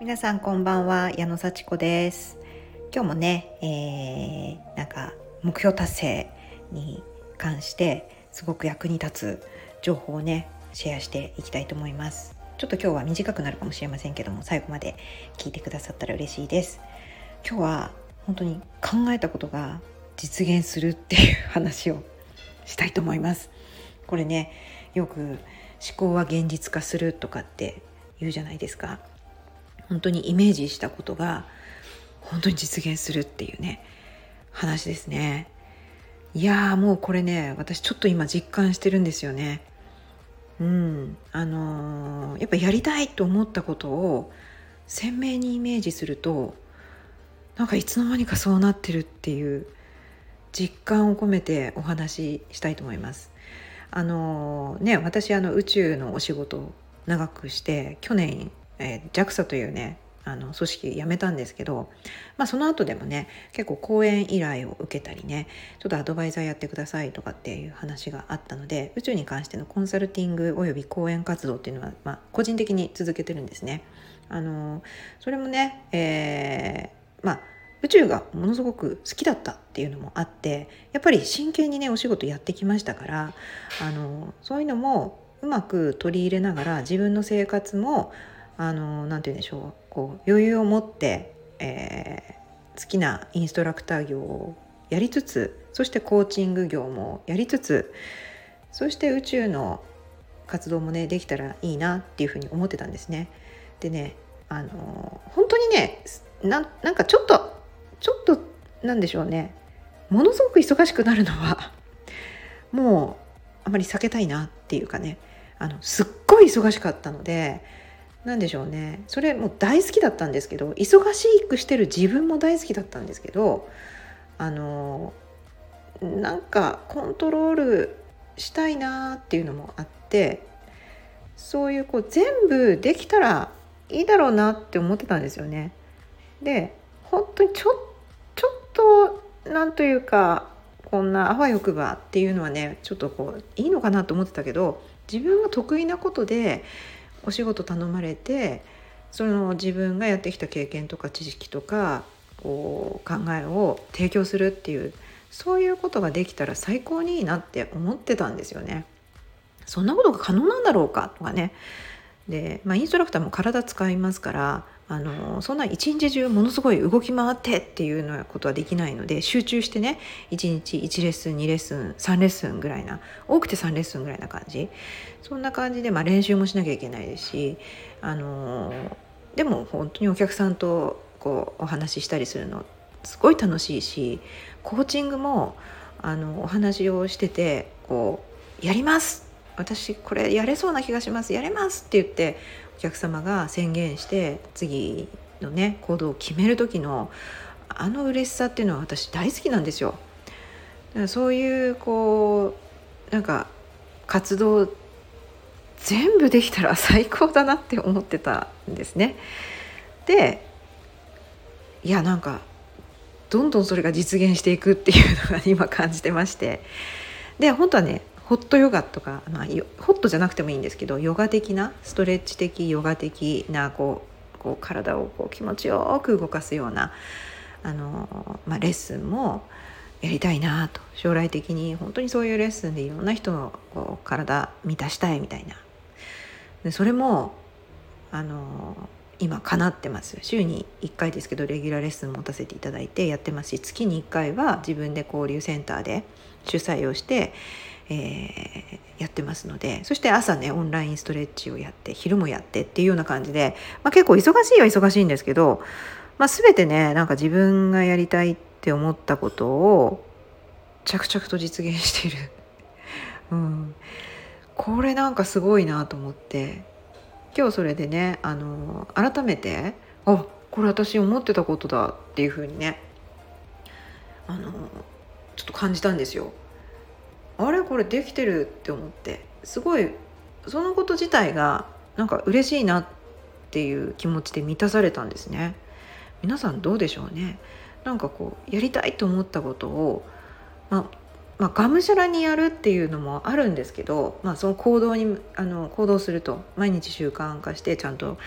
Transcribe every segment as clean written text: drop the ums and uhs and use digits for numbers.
皆さんこんばんは、矢野幸子です。今日もね、目標達成に関してすごく役に立つ情報をねシェアしていきたいと思います。ちょっと今日は短くなるかもしれませんけども、最後まで聞いてくださったら嬉しいです。今日は本当に考えたことが実現するっていう話をしたいと思います。これね、よく思考は現実化するとかって言うじゃないですか。本当にイメージしたことが本当に実現するっていうね話ですね。いやー、もうこれね、私ちょっと今実感してるんですよね。やっぱやりたいと思ったことを鮮明にイメージすると、なんかいつの間にかそうなってるっていう実感を込めてお話ししたいと思います。私宇宙のお仕事を長くして去年、JAXA というね組織辞めたんですけど、その後でもね結構講演依頼を受けたりね、ちょっとアドバイザーやってくださいとかっていう話があったので、宇宙に関してのコンサルティングおよび講演活動っていうのは、個人的に続けてるんですね。それもね、宇宙がものすごく好きだったっていうのもあって、やっぱり真剣にねお仕事やってきましたから、そういうのもうまく取り入れながら自分の生活もなんて言うんでしょう、余裕を持って、好きなインストラクター業をやりつつ、そしてコーチング業もやりつつ、そして宇宙の活動もねできたらいいなっていうふうに思ってたんですね。でね、本当にねなんかちょっとなんでしょうね、ものすごく忙しくなるのはもうあまり避けたいなっていうかね、すっごい忙しかったので、なんでしょうね、それも大好きだったんですけど、忙しくしてる自分も大好きだったんですけど、なんかコントロールしたいなっていうのもあって、そういう全部できたらいいだろうなって思ってたんですよね。で、本当にちょっとなんというか、こんなあわよくばっていうのはねちょっといいのかなと思ってたけど、自分が得意なことでお仕事頼まれて、その自分がやってきた経験とか知識とか考えを提供するっていう、そういうことができたら最高にいいなって思ってたんですよね。そんなことが可能なんだろうかとかね。で、インストラクターも体使いますから、そんな一日中ものすごい動き回ってっていうようなことはできないので、集中してね1日1レッスン2レッスン3レッスンぐらいな、多くて3レッスンぐらいな感じ、そんな感じで、練習もしなきゃいけないですし、でも本当にお客さんとお話ししたりするのすごい楽しいし、コーチングもお話をしててやります、私これやれそうな気がします、やれますって言ってお客様が宣言して次のね行動を決める時の嬉しさっていうのは私大好きなんですよ。だからそういうなんか活動全部できたら最高だなって思ってたんですね。で、いやなんかどんどんそれが実現していくっていうのが今感じてまして、で本当はねホットヨガとか、ホットじゃなくてもいいんですけど、ヨガ的なストレッチ的ヨガ的な体を気持ちよく動かすようなレッスンもやりたいなと、将来的に本当にそういうレッスンでいろんな人の体満たしたいみたいな。でそれも今叶ってます。週に1回ですけどレギュラーレッスン持たせていただいてやってますし、月に1回は自分で交流センターで主催をして、やってますので、そして朝ねオンラインストレッチをやって昼もやってっていうような感じで、結構忙しいは忙しいんですけど、全てねなんか自分がやりたいって思ったことを着々と実現している、これなんかすごいなと思って、今日それでね改めてこれ私思ってたことだっていう風にねちょっと感じたんですよ。あれこれできてるって思って、すごいそのこと自体がなんか嬉しいなっていう気持ちで満たされたんですね。皆さんどうでしょうね。なんかやりたいと思ったことをがむしゃらにやるっていうのもあるんですけど、その行動すると毎日習慣化してちゃんと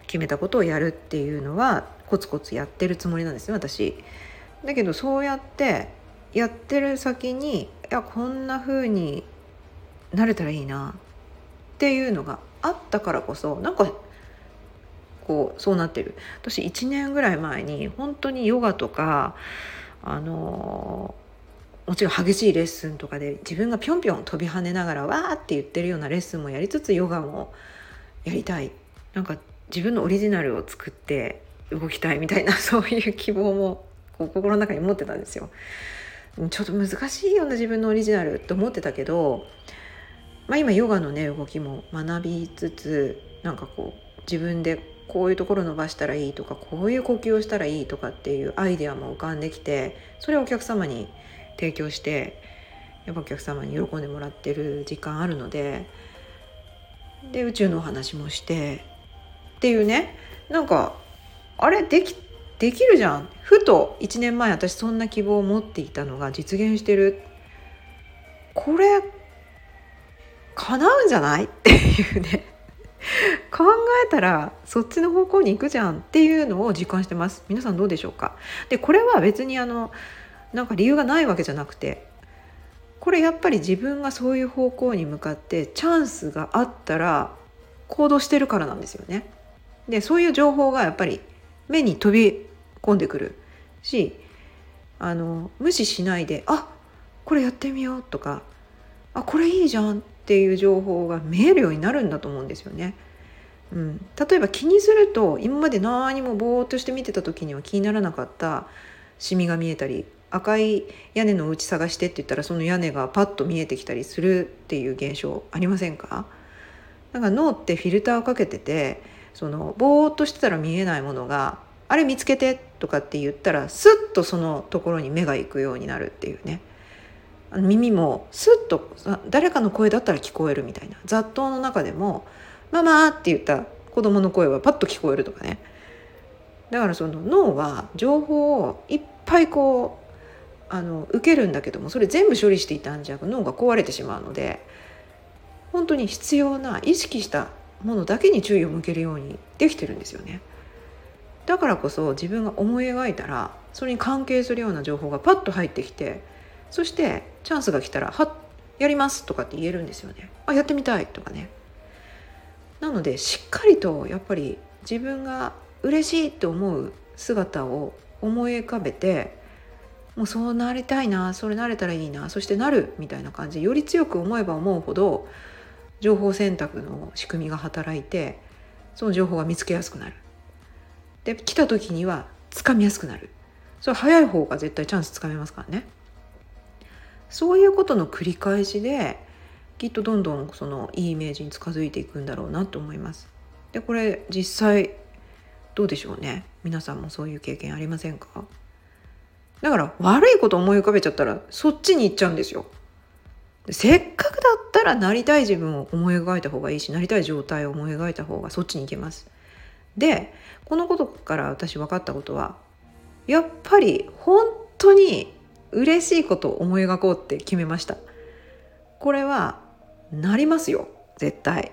決めたことをやるっていうのはコツコツやってるつもりなんですね、私。だけどそうやってやってる先に、いやこんな風になれたらいいなっていうのがあったからこそ、なんかこうそうなってる。私1年ぐらい前に本当にヨガとかもちろん激しいレッスンとかで自分がぴょんぴょん飛び跳ねながらわーって言ってるようなレッスンもやりつつ、ヨガもやりたい、なんか自分のオリジナルを作って動きたいみたいな、そういう希望もこう心の中に持ってたんですよ。ちょっと難しいような自分のオリジナルと思ってたけど、今ヨガのね動きも学びつつ、なんかこう自分でこういうところ伸ばしたらいいとか、こういう呼吸をしたらいいとかっていうアイデアも浮かんできて、それをお客様に提供して、やっぱお客様に喜んでもらってる時間あるので、で宇宙のお話もしてっていうね、なんかあれできるじゃん。ふと1年前私そんな希望を持っていたのが実現してる、これ叶うんじゃないっていうね考えたらそっちの方向に行くじゃんっていうのを実感してます。皆さんどうでしょうか。でこれは別になんか理由がないわけじゃなくて、これやっぱり自分がそういう方向に向かってチャンスがあったら行動してるからなんですよね。でそういう情報がやっぱり目に飛び込んでくるし、無視しないで、あこれやってみようとか、あこれいいじゃんっていう情報が見えるようになるんだと思うんですよね。例えば気にすると、今まで何もぼーっとして見てた時には気にならなかったシミが見えたり、赤い屋根のお家探してって言ったらその屋根がパッと見えてきたりするっていう現象ありませんか。なんか脳ってフィルターをかけてて、そのぼーっとしてたら見えないものが、あれ見つけてとかって言ったらスッとそのところに目が行くようになるっていうね。耳もスッと誰かの声だったら聞こえるみたいな、雑踏の中でもママって言った子供の声はパッと聞こえるとかね。だからその脳は情報をいっぱいこう受けるんだけども、それ全部処理していたんじゃ脳が壊れてしまうので、本当に必要な意識したものだけに注意を向けるようにできてるんですよね。だからこそ自分が思い描いたらそれに関係するような情報がパッと入ってきて、そしてチャンスが来たらはっやりますとかって言えるんですよね。あやってみたいとかね。なのでしっかりとやっぱり自分が嬉しいと思う姿を思い浮かべて、もうそうなりたいな、それなれたらいいな、そしてなるみたいな感じで、より強く思えば思うほど情報選択の仕組みが働いて、その情報が見つけやすくなる。で来た時にはつかみやすくなる。それ早い方が絶対チャンスつかめますからね。そういうことの繰り返しで、きっとどんどんそのいいイメージに近づいていくんだろうなと思います。でこれ実際どうでしょうね。皆さんもそういう経験ありませんか。だから悪いこと思い浮かべちゃったらそっちに行っちゃうんですよ。せっかくだったらなりたい自分を思い描いた方がいいし、なりたい状態を思い描いた方がそっちに行けます。でこのことから私分かったことは、やっぱり本当に嬉しいことを思い描こうって決めました。これはなりますよ絶対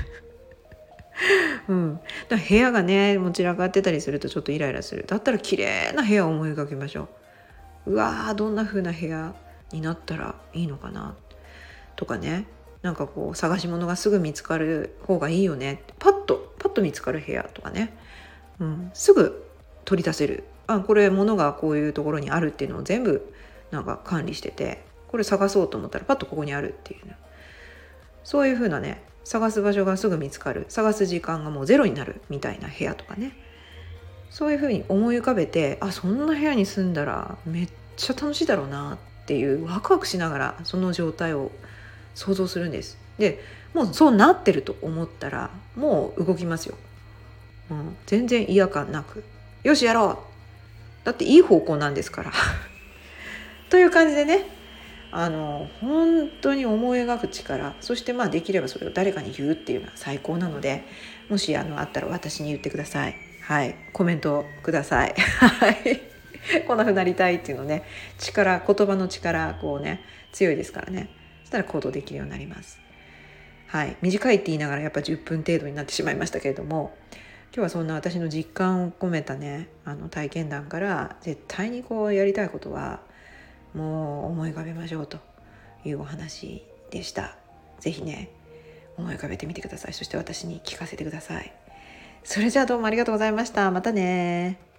だから部屋がねもう散らかってたりするとちょっとイライラする。だったら綺麗な部屋を思い描きましょう。うわーどんな風な部屋になったらいいのかなとかね。なんかこう探し物がすぐ見つかる方がいいよね、パッと見つかる部屋とかね、すぐ取り出せる、これ物がこういうところにあるっていうのを全部なんか管理してて、これ探そうと思ったらパッとここにあるっていう、そういう風なね、探す場所がすぐ見つかる、探す時間がもうゼロになるみたいな部屋とかね、そういう風に思い浮かべて、そんな部屋に住んだらめっちゃ楽しいだろうなっていうワクワクしながらその状態を想像するんです。でもうそうなってると思ったらもう動きますよ。全然違和感なく、よしやろう、だっていい方向なんですからという感じでね、本当に思い描く力、そしてできればそれを誰かに言うっていうのは最高なので、もしあったら私に言ってください。はい、コメントくださいはいこんな風になりたいっていうのね、言葉の力こうね強いですからね。そしたら行動できるようになります。はい、短いって言いながらやっぱ10分程度になってしまいましたけれども、 今日はそんな私の実感を込めたね体験談から、絶対にこうやりたいことはもう思い浮かべましょうというお話でした。ぜひね思い浮かべてみてください。そして私に聞かせてください。それじゃあどうもありがとうございました。またね。